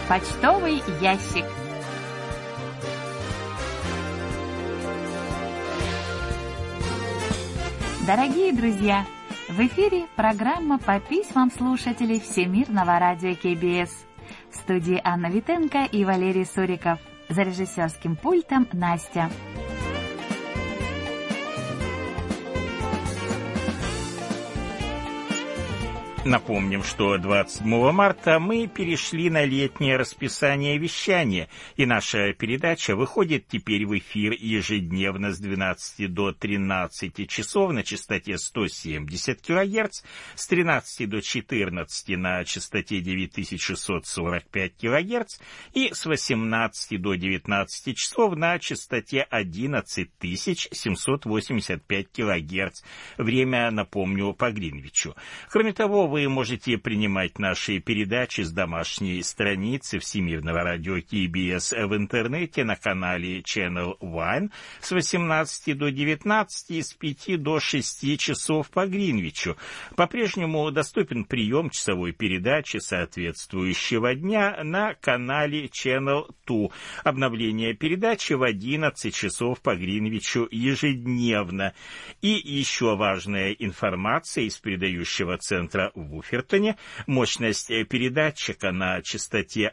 Почтовый ящик. Дорогие друзья, в эфире программа по письмам слушателей Всемирного радио КБС. В студии Анна Витенко и Валерий Суриков. За режиссерским пультом Настя. Напомним, что 27 марта мы перешли на летнее расписание вещания, и наша передача выходит теперь в эфир ежедневно с 12 до 13 часов на частоте 170 кГц, с 13 до 14 на частоте 9645 кГц и с 18 до 19 часов на частоте 11785 кГц. Время, напомню, по Гринвичу. Кроме того, вы можете принимать наши передачи с домашней страницы Всемирного радио КБС в интернете на канале Channel One с 18 до 19 и с 5 до 6 часов по Гринвичу. По-прежнему доступен прием часовой передачи соответствующего дня на канале Channel 2. Обновление передачи в 11 часов по Гринвичу ежедневно. И еще важная информация из передающего центра в Уфертоне. Мощность передатчика на частоте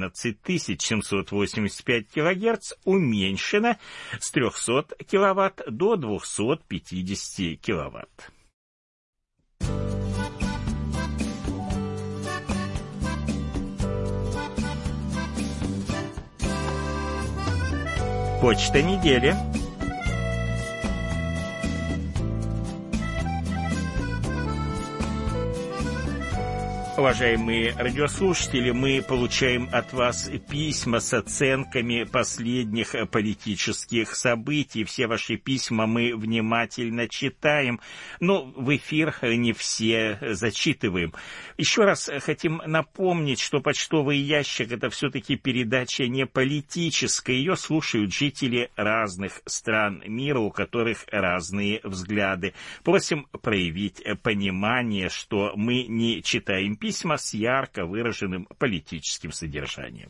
11785 кГц уменьшена с 300 кВт до 250 кВт. Почта недели. Уважаемые радиослушатели, мы получаем от вас письма с оценками последних политических событий. Все ваши письма мы внимательно читаем, но в эфир не все зачитываем. Еще раз хотим напомнить, что почтовый ящик — это все-таки передача не политическая. Ее слушают жители разных стран мира, у которых разные взгляды. Просим проявить понимание, что мы не читаем письма с ярко выраженным политическим содержанием.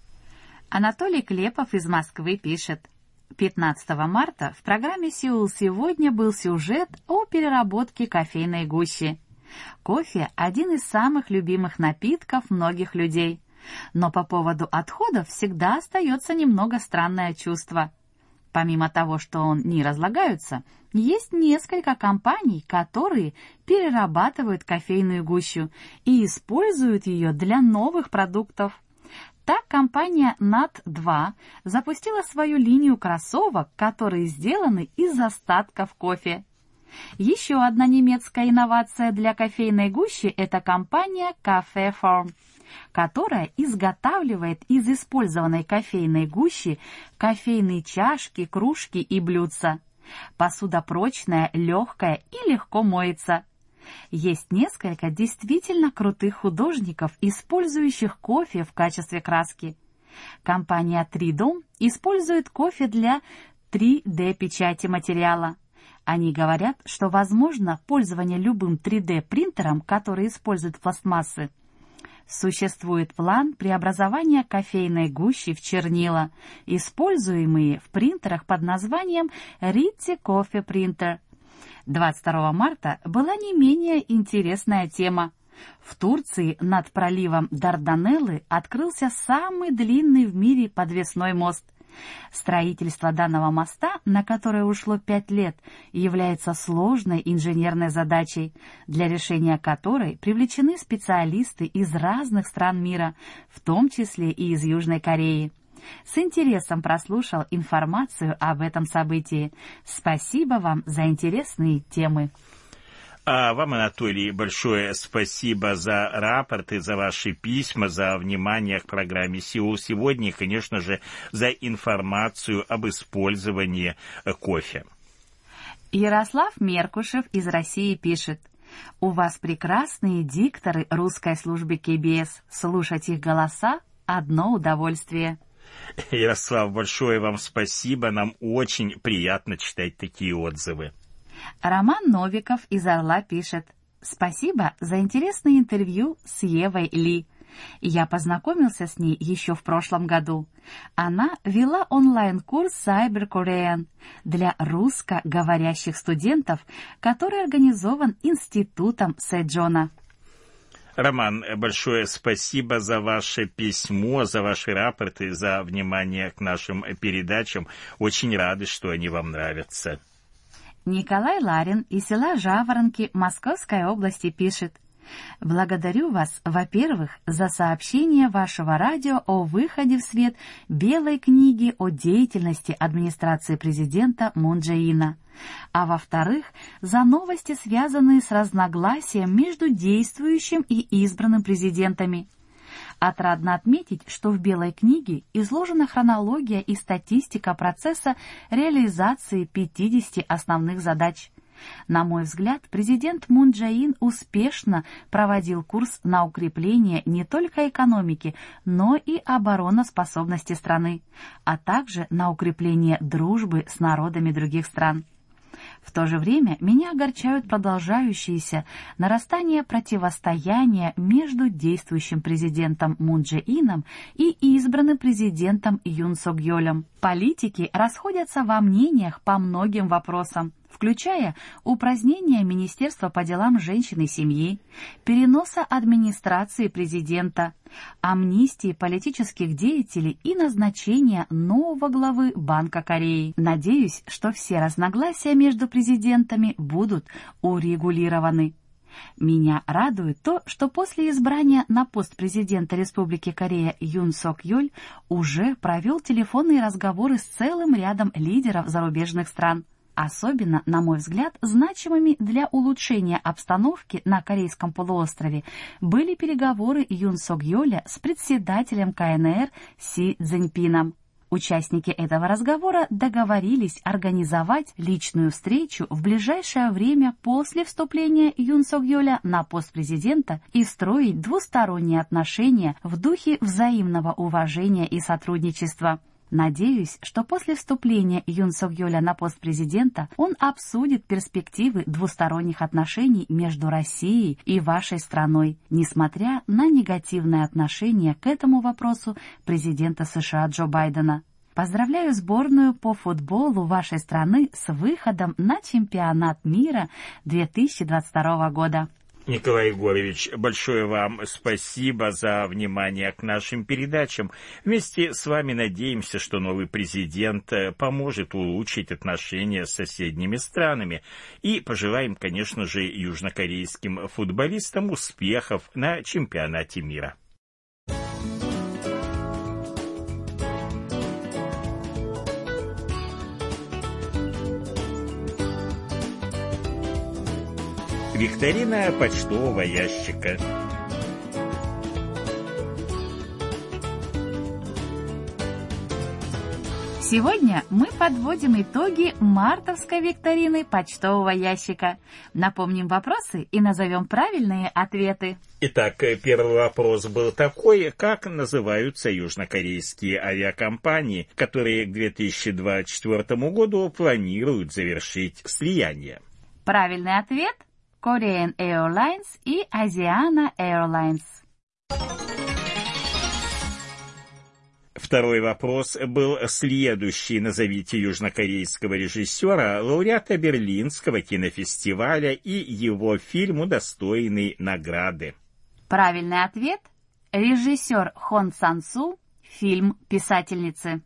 Анатолий Клепов из Москвы пишет. 15 марта в программе «Сеул сегодня» был сюжет о переработке кофейной гущи. Кофе – один из самых любимых напитков многих людей. Но по поводу отходов всегда остается немного странное чувство. Помимо того, что он не разлагаются, есть несколько компаний, которые перерабатывают кофейную гущу и используют ее для новых продуктов. Так, компания NAT2 запустила свою линию кроссовок, которые сделаны из остатков кофе. Еще одна немецкая инновация для кофейной гущи – это компания Cafe Form, которая изготавливает из использованной кофейной гущи кофейные чашки, кружки и блюдца. Посуда прочная, легкая и легко моется. Есть несколько действительно крутых художников, использующих кофе в качестве краски. Компания Tridom использует кофе для 3D-печати материала. Они говорят, что возможно пользование любым 3D-принтером, который использует пластмассы. Существует план преобразования кофейной гущи в чернила, используемые в принтерах под названием Ritzy Coffee Printer. 22 марта была не менее интересная тема. В Турции над проливом Дарданеллы открылся самый длинный в мире подвесной мост. Строительство данного моста, на которое ушло 5 лет, является сложной инженерной задачей, для решения которой привлечены специалисты из разных стран мира, в том числе и из Южной Кореи. С интересом прослушал информацию об этом событии. Спасибо вам за интересные темы. А вам, Анатолий, большое спасибо за рапорты, за ваши письма, за внимание к программе «Сеул сегодня» и, конечно же, за информацию об использовании кофе. Ярослав Меркушев из России пишет. У вас прекрасные дикторы русской службы КБС. Слушать их голоса – одно удовольствие. Ярослав, большое вам спасибо. Нам очень приятно читать такие отзывы. Роман Новиков из Орла пишет. Спасибо за интересное интервью с Евой Ли. Я познакомился с ней еще в прошлом году. Она вела онлайн-курс Cyber Korean для русскоговорящих студентов, который организован Институтом Сэджона. Роман, большое спасибо за ваше письмо, за ваши рапорты, за внимание к нашим передачам. Очень рады, что они вам нравятся. Николай Ларин из села Жаворонки Московской области пишет: «Благодарю вас, во-первых, за сообщение вашего радио о выходе в свет Белой книги о деятельности администрации президента Мун Чжэ-ина, а во-вторых, за новости, связанные с разногласием между действующим и избранным президентами. Отрадно отметить, что в Белой книге изложена хронология и статистика процесса реализации 50 основных задач. На мой взгляд, президент Мун Чжэ-ин успешно проводил курс на укрепление не только экономики, но и обороноспособности страны, а также на укрепление дружбы с народами других стран. В то же время меня огорчают продолжающиеся нарастание противостояния между действующим президентом Мун Чжэ-ином и избранным президентом Юн Сок-йолем. Политики расходятся во мнениях по многим вопросам, включая упразднение Министерства по делам женщин и семьи, переноса администрации президента, амнистии политических деятелей и назначения нового главы Банка Кореи. Надеюсь, что все разногласия между президентами будут урегулированы. Меня радует то, что после избрания на пост президента Республики Корея Юн Сок-йоль уже провел телефонные разговоры с целым рядом лидеров зарубежных стран. Особенно, на мой взгляд, значимыми для улучшения обстановки на Корейском полуострове были переговоры Юн Сок-йоля с председателем КНР Си Цзиньпином. Участники этого разговора договорились организовать личную встречу в ближайшее время после вступления Юн Сок-йоля на пост президента и строить двусторонние отношения в духе взаимного уважения и сотрудничества. Надеюсь, что после вступления Юн Сок-йоля на пост президента он обсудит перспективы двусторонних отношений между Россией и вашей страной, несмотря на негативное отношение к этому вопросу президента США Джо Байдена. Поздравляю сборную по футболу вашей страны с выходом на чемпионат мира 2022 года. Николай Егорович, большое вам спасибо за внимание к нашим передачам. Вместе с вами надеемся, что новый президент поможет улучшить отношения с соседними странами. И пожелаем, конечно же, южнокорейским футболистам успехов на чемпионате мира. Викторина почтового ящика. Сегодня мы подводим итоги мартовской викторины почтового ящика. Напомним вопросы и назовем правильные ответы. Итак, первый вопрос был такой: как называются южнокорейские авиакомпании, которые к 2024 году планируют завершить слияние? Правильный ответ – Korean Airlines и Asiana Airlines. Второй вопрос был следующий. Назовите южнокорейского режиссера, лауреата Берлинского кинофестиваля и его фильм, удостоенный награды. Правильный ответ – режиссер Хон Сан-су, фильм «Писательницы».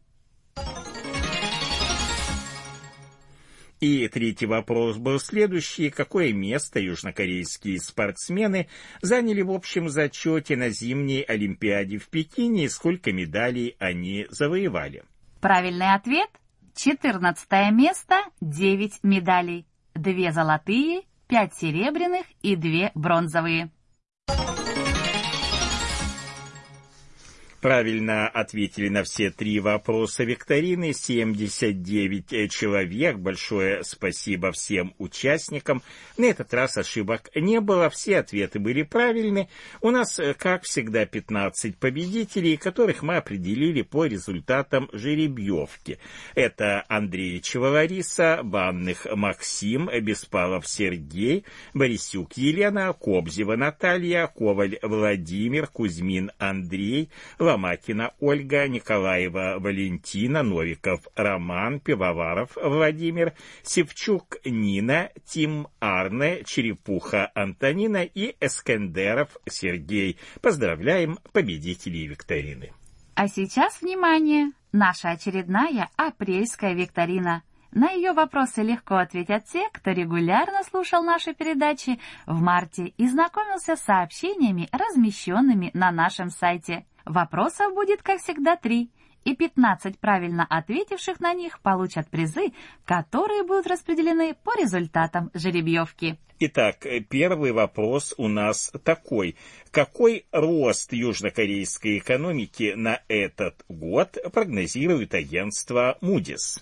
И третий вопрос был следующий. Какое место южнокорейские спортсмены заняли в общем зачете на зимней Олимпиаде в Пекине и сколько медалей они завоевали? Правильный ответ – 14 место, 9 медалей. 2 золотые, 5 серебряных и 2 бронзовые. Правильно ответили на все 3 вопроса викторины 79 человек. Большое спасибо всем участникам. На этот раз ошибок не было, все ответы были правильны. У нас, как всегда, 15 победителей, которых мы определили по результатам жеребьевки. Это Андреевичева Лариса, Банных Максим, Беспалов Сергей, Борисюк Елена, Кобзева Наталья, Коваль Владимир, Кузьмин Андрей, Ломакина Ольга, Николаева Валентина, Новиков Роман, Пивоваров Владимир, Севчук Нина, Тим Арне, Черепуха Антонина и Эскендеров Сергей. Поздравляем победителей викторины. А сейчас, внимание, наша очередная апрельская викторина. На ее вопросы легко ответят те, кто регулярно слушал наши передачи в марте и знакомился с сообщениями, размещенными на нашем сайте. Вопросов будет, как всегда, 3, и 15 правильно ответивших на них получат призы, которые будут распределены по результатам жеребьевки. Итак, первый вопрос у нас такой. Какой рост южнокорейской экономики на этот год прогнозирует агентство Moody's?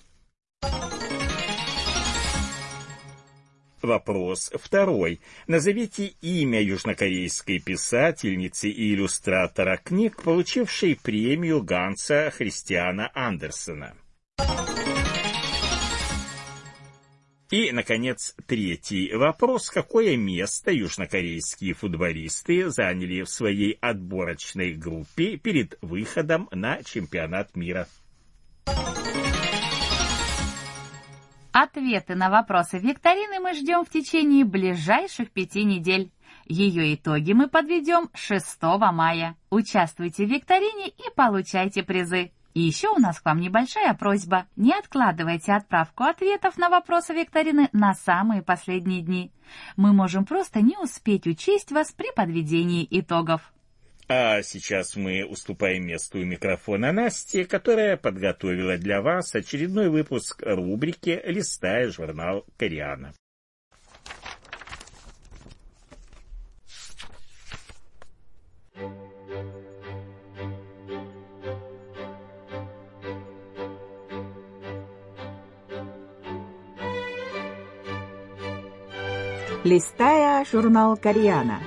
Вопрос второй. Назовите имя южнокорейской писательницы и иллюстратора книг, получившей премию Ганса Христиана Андерсена. И, наконец, третий вопрос. Какое место южнокорейские футболисты заняли в своей отборочной группе перед выходом на чемпионат мира? Ответы на вопросы викторины мы ждем в течение ближайших 5 недель. Ее итоги мы подведем 6 мая. Участвуйте в викторине и получайте призы. И еще у нас к вам небольшая просьба. Не откладывайте отправку ответов на вопросы викторины на самые последние дни. Мы можем просто не успеть учесть вас при подведении итогов. А сейчас мы уступаем место у микрофона Насте, которая подготовила для вас очередной выпуск рубрики «Листая журнал Кореана». Листая журнал Кореана.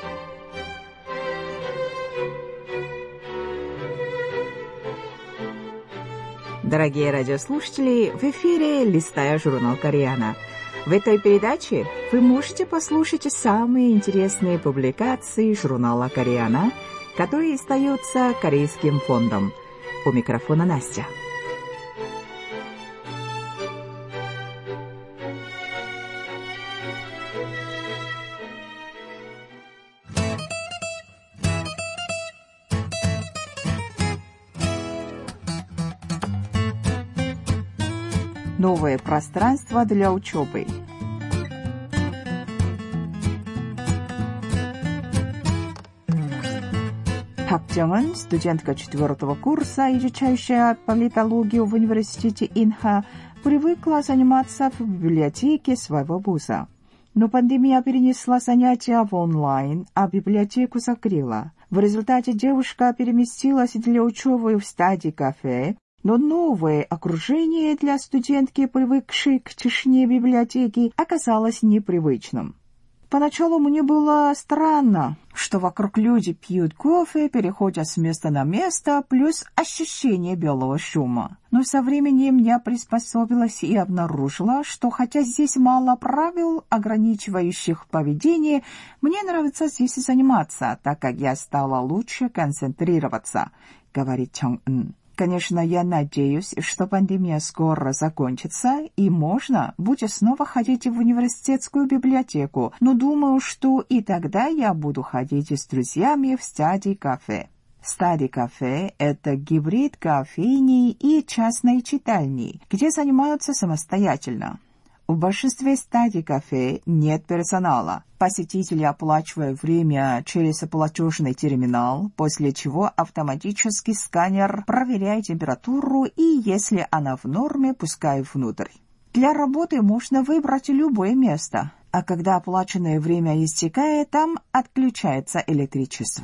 Дорогие радиослушатели, в эфире «Листая журнал Кореана». В этой передаче вы можете послушать самые интересные публикации журнала Кореана, которые издаются Корейским фондом. У микрофона Настя. Новое пространство для учебы. 박정은, студентка 4-го курса, изучающая политологию в университете Инха, привыкла заниматься в библиотеке своего вуза. Но пандемия перенесла занятия в онлайн, а библиотеку закрыла. В результате девушка переместилась для учебы в стади-кафе, но новое окружение для студентки, привыкшей к тишине библиотеки, оказалось непривычным. Поначалу мне было странно, что вокруг люди пьют кофе, переходят с места на место, плюс ощущение белого шума. Но со временем я приспособилась и обнаружила, что хотя здесь мало правил, ограничивающих поведение, мне нравится здесь заниматься, так как я стала лучше концентрироваться, говорит Чон-ын. Конечно, я надеюсь, что пандемия скоро закончится, и можно будет снова ходить в университетскую библиотеку, но думаю, что и тогда я буду ходить с друзьями в стади-кафе. Стади-кафе – это гибрид кофейни и частной читальни, где занимаются самостоятельно. В большинстве стади-кафе нет персонала. Посетители оплачивают время через платежный терминал, после чего автоматический сканер проверяет температуру и, если она в норме, пускает внутрь. Для работы можно выбрать любое место, а когда оплаченное время истекает, там отключается электричество.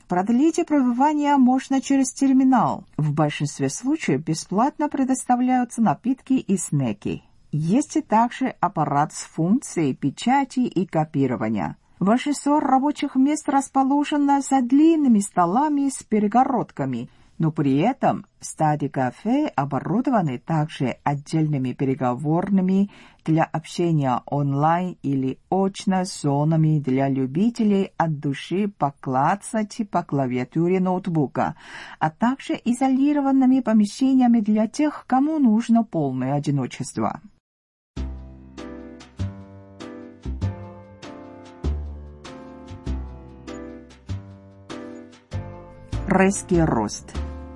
Продлить пребывание можно через терминал. В большинстве случаев бесплатно предоставляются напитки и снеки. Есть и также аппарат с функцией печати и копирования. Большинство рабочих мест расположено за длинными столами с перегородками, но при этом стади-кафе оборудованы также отдельными переговорными для общения онлайн или очно зонами для любителей от души поклацать по клавиатуре ноутбука, а также изолированными помещениями для тех, кому нужно полное одиночество. Резкий рост.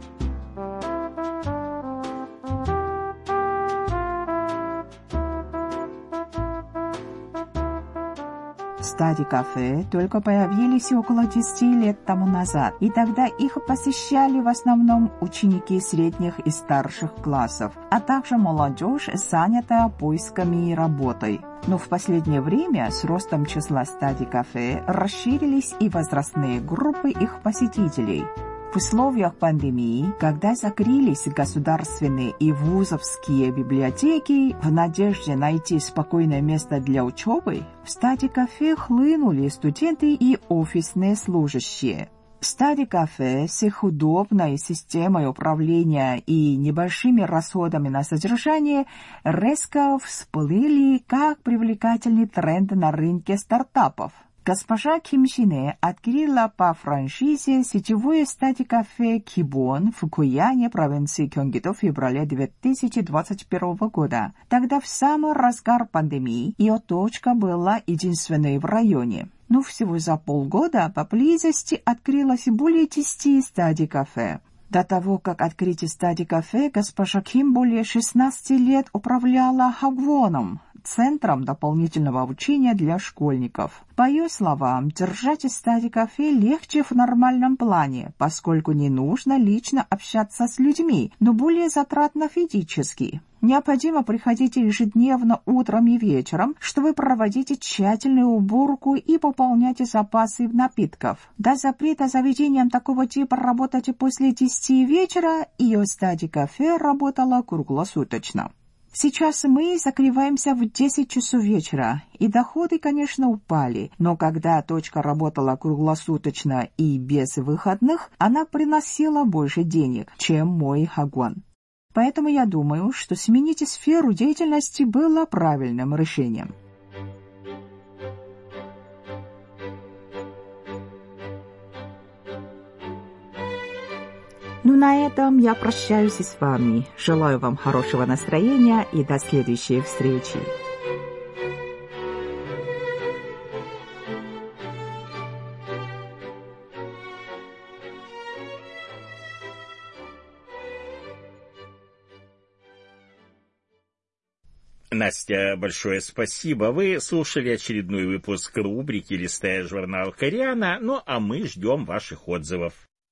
Стади-кафе только появились около 10 лет тому назад, и тогда их посещали в основном ученики средних и старших классов, а также молодежь, занятая поисками и работой. Но в последнее время с ростом числа стади-кафе расширились и возрастные группы их посетителей. В условиях пандемии, когда закрылись государственные и вузовские библиотеки в надежде найти спокойное место для учебы, в стади-кафе хлынули студенты и офисные служащие. Стади-кафе с их удобной системой управления и небольшими расходами на содержание резко всплыли как привлекательный тренд на рынке стартапов. Госпожа Ким Сине открыла по франшизе сетевое стади-кафе «Кибон» в Гуяне, провинции Кёнгидо, в феврале 2021 года. Тогда в самый разгар пандемии ее точка была единственной в районе. Но всего за полгода поблизости открылось более 10 стади-кафе. До того, как открыть стади-кафе, госпожа Ким более 16 лет управляла Хагвоном, центром дополнительного обучения для школьников. По ее словам, держать стади-кафе легче в нормальном плане, поскольку не нужно лично общаться с людьми, но более затратно физически. Необходимо приходить ежедневно утром и вечером, чтобы проводить тщательную уборку и пополнять запасы напитков. До запрета заведениям такого типа работать после 10 вечера ее стади-кафе работало круглосуточно. Сейчас мы закрываемся в 10 часов вечера, и доходы, конечно, упали, но когда точка работала круглосуточно и без выходных, она приносила больше денег, чем мой Хагвон. Поэтому я думаю, что сменить сферу деятельности было правильным решением. Ну, на этом я прощаюсь с вами. Желаю вам хорошего настроения и до следующей встречи. Настя, большое спасибо. Вы слушали очередной выпуск рубрики «Листая журнал Кореана», ну а мы ждем ваших отзывов.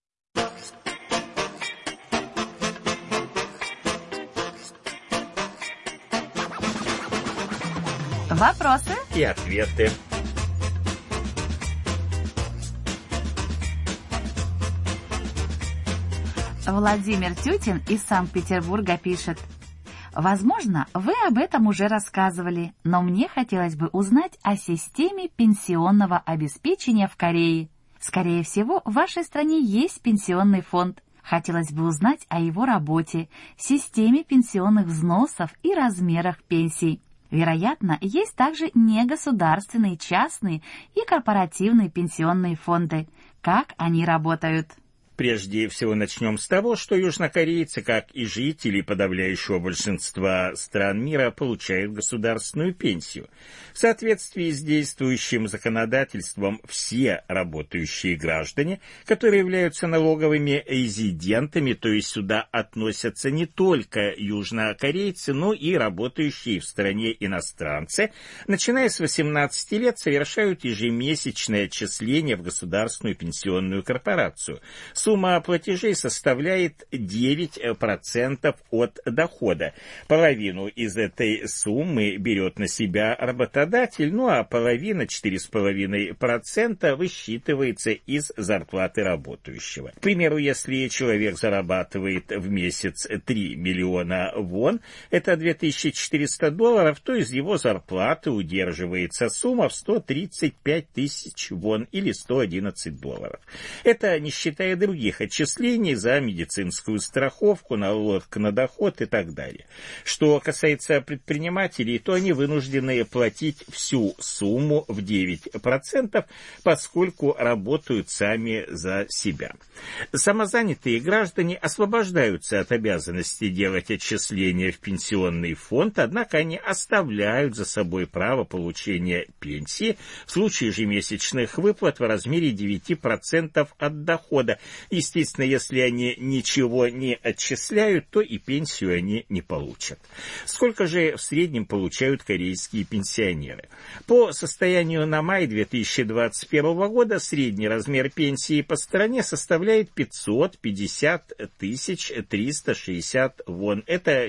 Вопросы и ответы. Владимир Тютин из Санкт-Петербурга пишет: возможно, вы об этом уже рассказывали, но мне хотелось бы узнать о системе пенсионного обеспечения в Корее. Скорее всего, в вашей стране есть пенсионный фонд. Хотелось бы узнать о его работе, системе пенсионных взносов и размерах пенсий. Вероятно, есть также негосударственные, частные и корпоративные пенсионные фонды. Как они работают? Прежде всего начнем с того, что южнокорейцы, как и жители подавляющего большинства стран мира, получают государственную пенсию. В соответствии с действующим законодательством, все работающие граждане, которые являются налоговыми резидентами, то есть сюда относятся не только южнокорейцы, но и работающие в стране иностранцы, начиная с 18 лет совершают ежемесячное отчисление в государственную пенсионную корпорацию. Сумма платежей составляет 9% от дохода. Половину из этой суммы берет на себя работодатель, ну а половина, 4,5%, высчитывается из зарплаты работающего. К примеру, если человек зарабатывает в месяц 3 миллиона вон, это $2400, то из его зарплаты удерживается сумма в 135 тысяч вон или $111. Это не считая других отчислений за медицинскую страховку, налог на доход и так далее. Что касается предпринимателей, то они вынуждены платить всю сумму в 9%, поскольку работают сами за себя. Самозанятые граждане освобождаются от обязанности делать отчисления в пенсионный фонд, однако они оставляют за собой право получения пенсии в случае ежемесячных выплат в размере 9% от дохода. Естественно, если они ничего не отчисляют, то и пенсию они не получат. Сколько же в среднем получают корейские пенсионеры? По состоянию на май 2021 года средний размер пенсии по стране составляет 550 360 вон. Это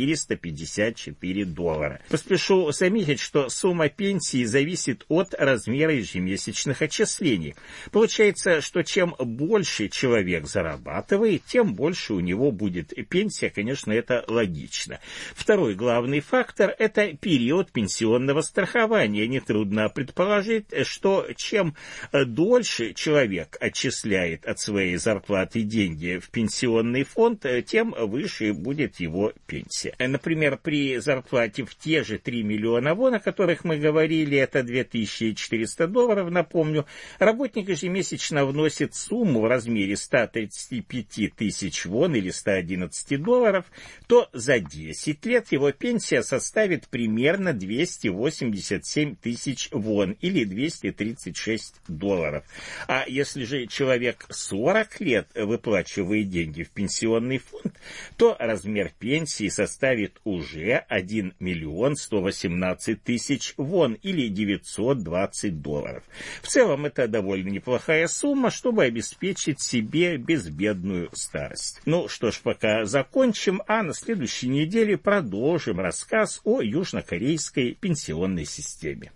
$454. Поспешу заметить, что сумма пенсии зависит от размера ежемесячных отчислений. Получается, что чем больше человек зарабатывает, тем больше у него будет пенсия. Конечно, это логично. Второй главный фактор – это период пенсионного страхования. Нетрудно предположить, что чем дольше человек отчисляет от своей зарплаты деньги в пенсионный фонд, тем выше будет его пенсия. Например, при зарплате в те же 3 миллиона вон, о которых мы говорили, это $2400, напомню, работник ежемесячно вносит сумму в размере 135 тысяч вон или $111, то за 10 лет его пенсия составит примерно 287 тысяч вон или $236. А если же человек 40 лет выплачивает деньги в пенсионный фонд, то размер пенсии составит уже 1 118 тысяч вон или $920. В целом это довольно неплохая сумма, чтобы обеспечить себе безбедную старость. Ну что ж, пока закончим, а на следующей неделе продолжим рассказ о южнокорейской пенсионной системе.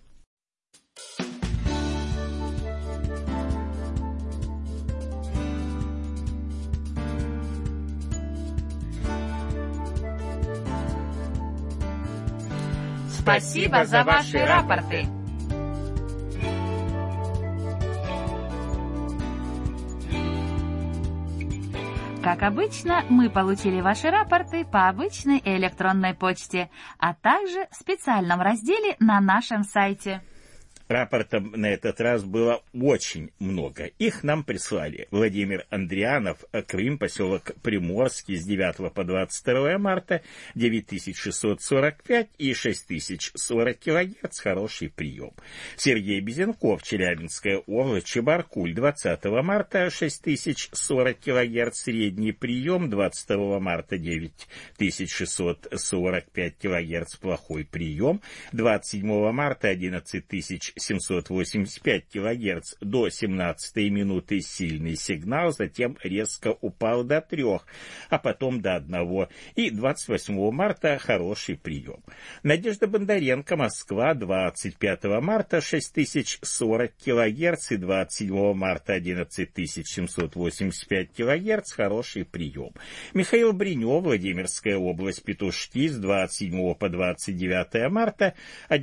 Спасибо за ваши рапорты. Как обычно, мы получили ваши рапорты по обычной электронной почте, а также в специальном разделе на нашем сайте. Рапортов на этот раз было очень много. Их нам прислали Владимир Андрианов, Крым, поселок Приморский, с 9 по 22 марта, 9645 и 6040 килогерц, хороший прием. Сергей Безенков, Челябинская область, Чебаркуль, 20 марта, 6040 килогерц, средний прием, 22 марта, 9645 килогерц, плохой прием, 27 марта, 11785 килогерц, до 17 минуты сильный сигнал, затем резко упал до 3, а потом до 1. И 28 марта хороший прием. Надежда Бондаренко, Москва, 25 марта 6040 килогерц и 27 марта 11785 килогерц, хороший прием. Михаил Бринев, Владимирская область, Петушки, с 27 по 29 марта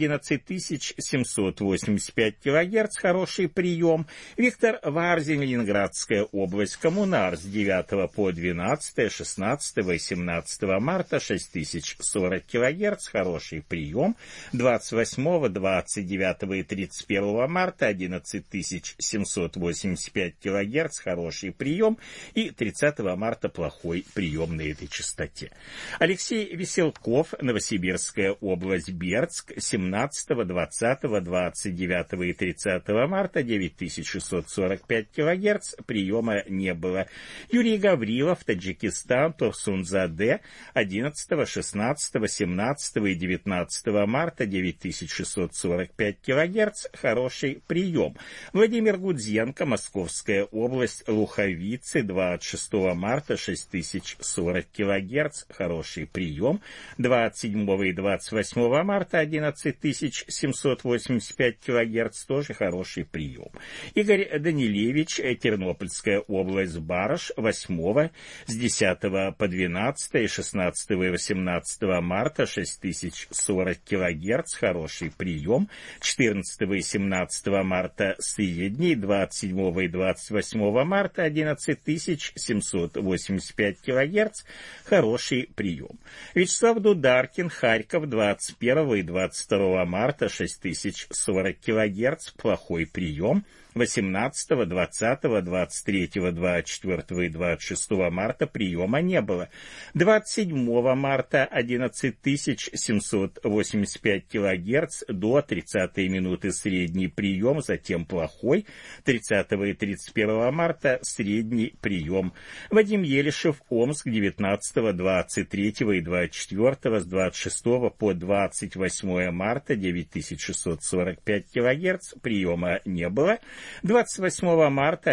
11785 килогерц, хороший прием. Виктор Варзин, Ленинградская область, Коммунар, с 9 по 12, 16 и 17 марта 6040 килогерц, хороший прием. 28, 29 и 31 марта 11785 килогерц, хороший прием. И 30 марта плохой прием на этой частоте. Алексей Веселков, Новосибирская область, Бердск, 17, 20, 29 29 и 30 марта 9645 кГц, приема не было. Юрий Гаврилов, Таджикистан, Турсунзаде, 11, 16, 17 и 19 марта 9645 кГц, хороший прием. Владимир Гудзенко, Московская область, Луховицы, 26 марта 6040 кГц, хороший прием. 27 и 28 марта 11785 кГц, тоже хороший прием. Игорь Данилевич, Тернопольская область, Барыш, 8 с 10 по 12 и 16 и 18 марта 6040 кГц, хороший прием. 14 и 17 марта средний, 27 и 28 марта 11785 кГц, хороший прием. Вячеслав Дударкин, Харьков, 21 и 22 марта 6040 кГц, плохой прием. 18, 20, 23, 24 и 26 марта приема не было. 27 марта 11785 кГц до 30 минуты средний прием, затем плохой. 30 и 31 марта средний прием. Вадим Елишев, Омск, 19, 23 и 24 с 26 по 28 марта 9645 кГц, приема не было. 28 марта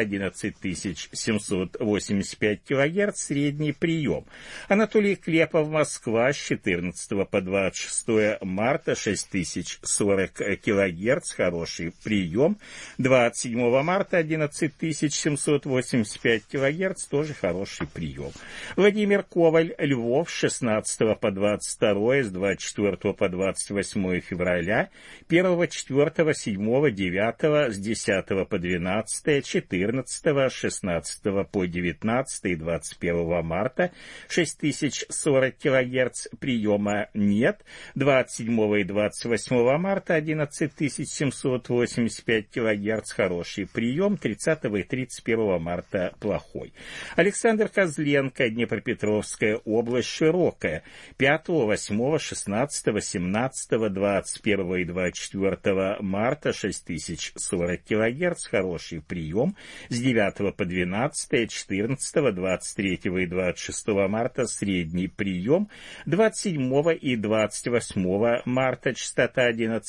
11785 кГц, средний прием. Анатолий Клепов, Москва, с 14 по 26 марта 6040 кГц, хороший прием. 27 марта 11785 кГц, тоже хороший прием. Владимир Коваль, Львов, с 16 по 22, с 24 по 28 февраля, 1, 4, 7, 9, с 10 по 12, 14, 16 по 19 и 21 марта 6040 кГц, приема нет. 27 и 28 марта 11785 кГц, хороший прием. 30 и 31 марта плохой. Александр Козленко, Днепропетровская область, Широкая, 5, 8, 16, 17, 21 и 24 марта 6040 кГц, хороший прием. С 9 по 12, 14, 23 и 26 марта средний прием. 27 и 28 марта частота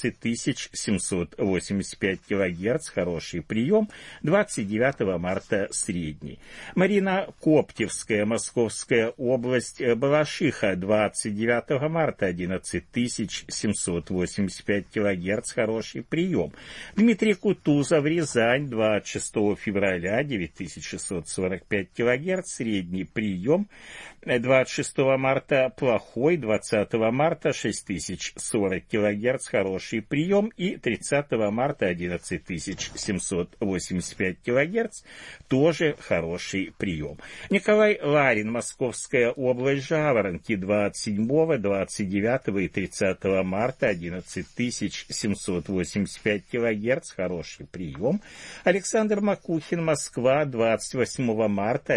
11785 кГц, хороший прием. 29 марта средний. Марина Коптевская, Московская область, Балашиха, 29 марта 11785 кГц, хороший прием. Дмитрий Кутузов, Рязань, 26 февраля 9645 кГц, средний прием. 26 марта плохой, 20 марта 6040 кГц, хороший прием, и 30 марта 11785 кГц, тоже хороший прием. Николай Ларин, Московская область, Жаворонки, 27, 29 и 30 марта 11785 кГц, хороший прием. Александр Макухин, Москва, 28 марта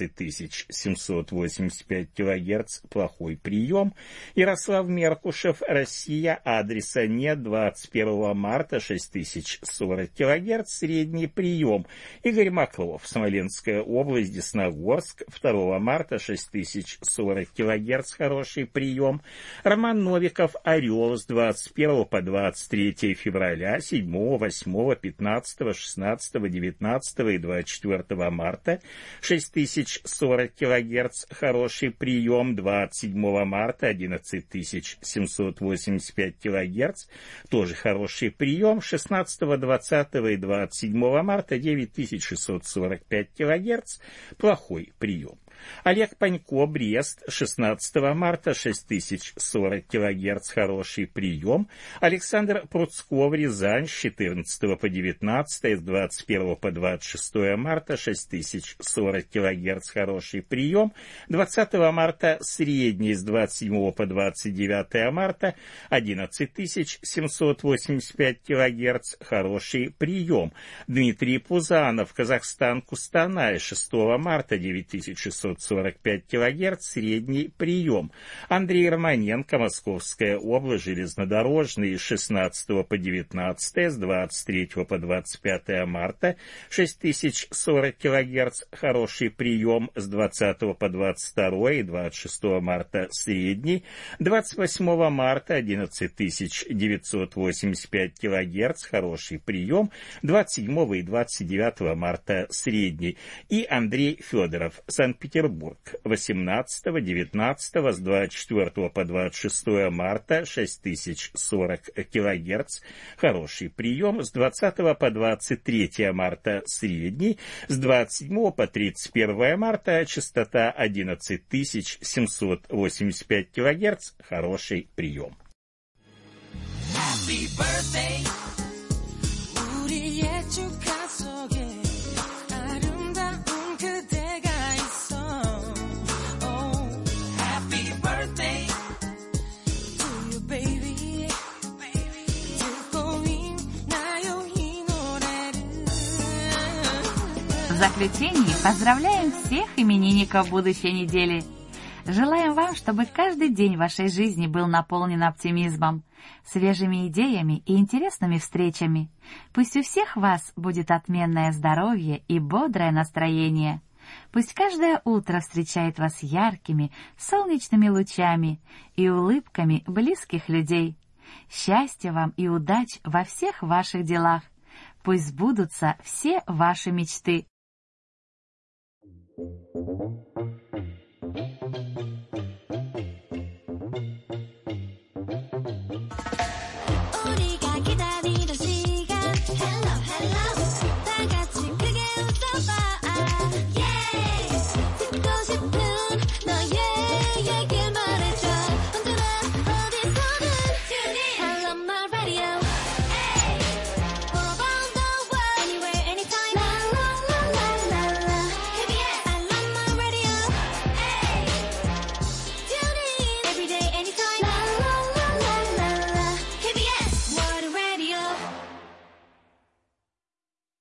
11785 кГц, плохой прием. Ярослав Меркушев, Россия, адреса нет, 21 марта 6040 кГц, средний прием. Игорь Маклов, Смоленская область, Десногорск, 2 марта 6040 кГц, хороший прием. Роман Новиков, Орел, с 21 по 23 февраля, 7, 8, 15, 16, 19 и 24 марта 6040 кГц, хороший прием. 27 марта 11785 кГц, тоже хороший прием. 16, 20 и 27 марта 9645 кГц, плохой прием. Олег Панько, Брест, 16 марта 6040 кГц, хороший прием. Александр Пруцков, Рязань, с 14 по 19, с 21 по 26 марта 6040 кГц, хороший прием. 20 марта средний, с 27 по 29 марта 11785 кГц, хороший прием. Дмитрий Пузанов, Казахстан, Кустанай, 6 марта 9645 745 кГц, средний прием. Андрей Романенко, Московская область, железнодорожный, с 16 по 19, с 23 по 25 марта, 6040 кГц, хороший прием, с 20 по 22 и 26 марта, средний, 28 марта, 11985 кГц, хороший прием, 27 и 29 марта, средний. И Андрей Федоров, Санкт-Петербург, 18, 19, с 24 по 26 марта, 6040 кГц, хороший прием, с 20 по 23 марта, средний, с 27 по 31 марта, частота 11785 кГц, хороший прием. Happy birthday. В заключении поздравляем всех именинников будущей недели. Желаем вам, чтобы каждый день вашей жизни был наполнен оптимизмом, свежими идеями и интересными встречами. Пусть у всех вас будет отменное здоровье и бодрое настроение. Пусть каждое утро встречает вас яркими, солнечными лучами и улыбками близких людей. Счастья вам и удач во всех ваших делах. Пусть сбудутся все ваши мечты.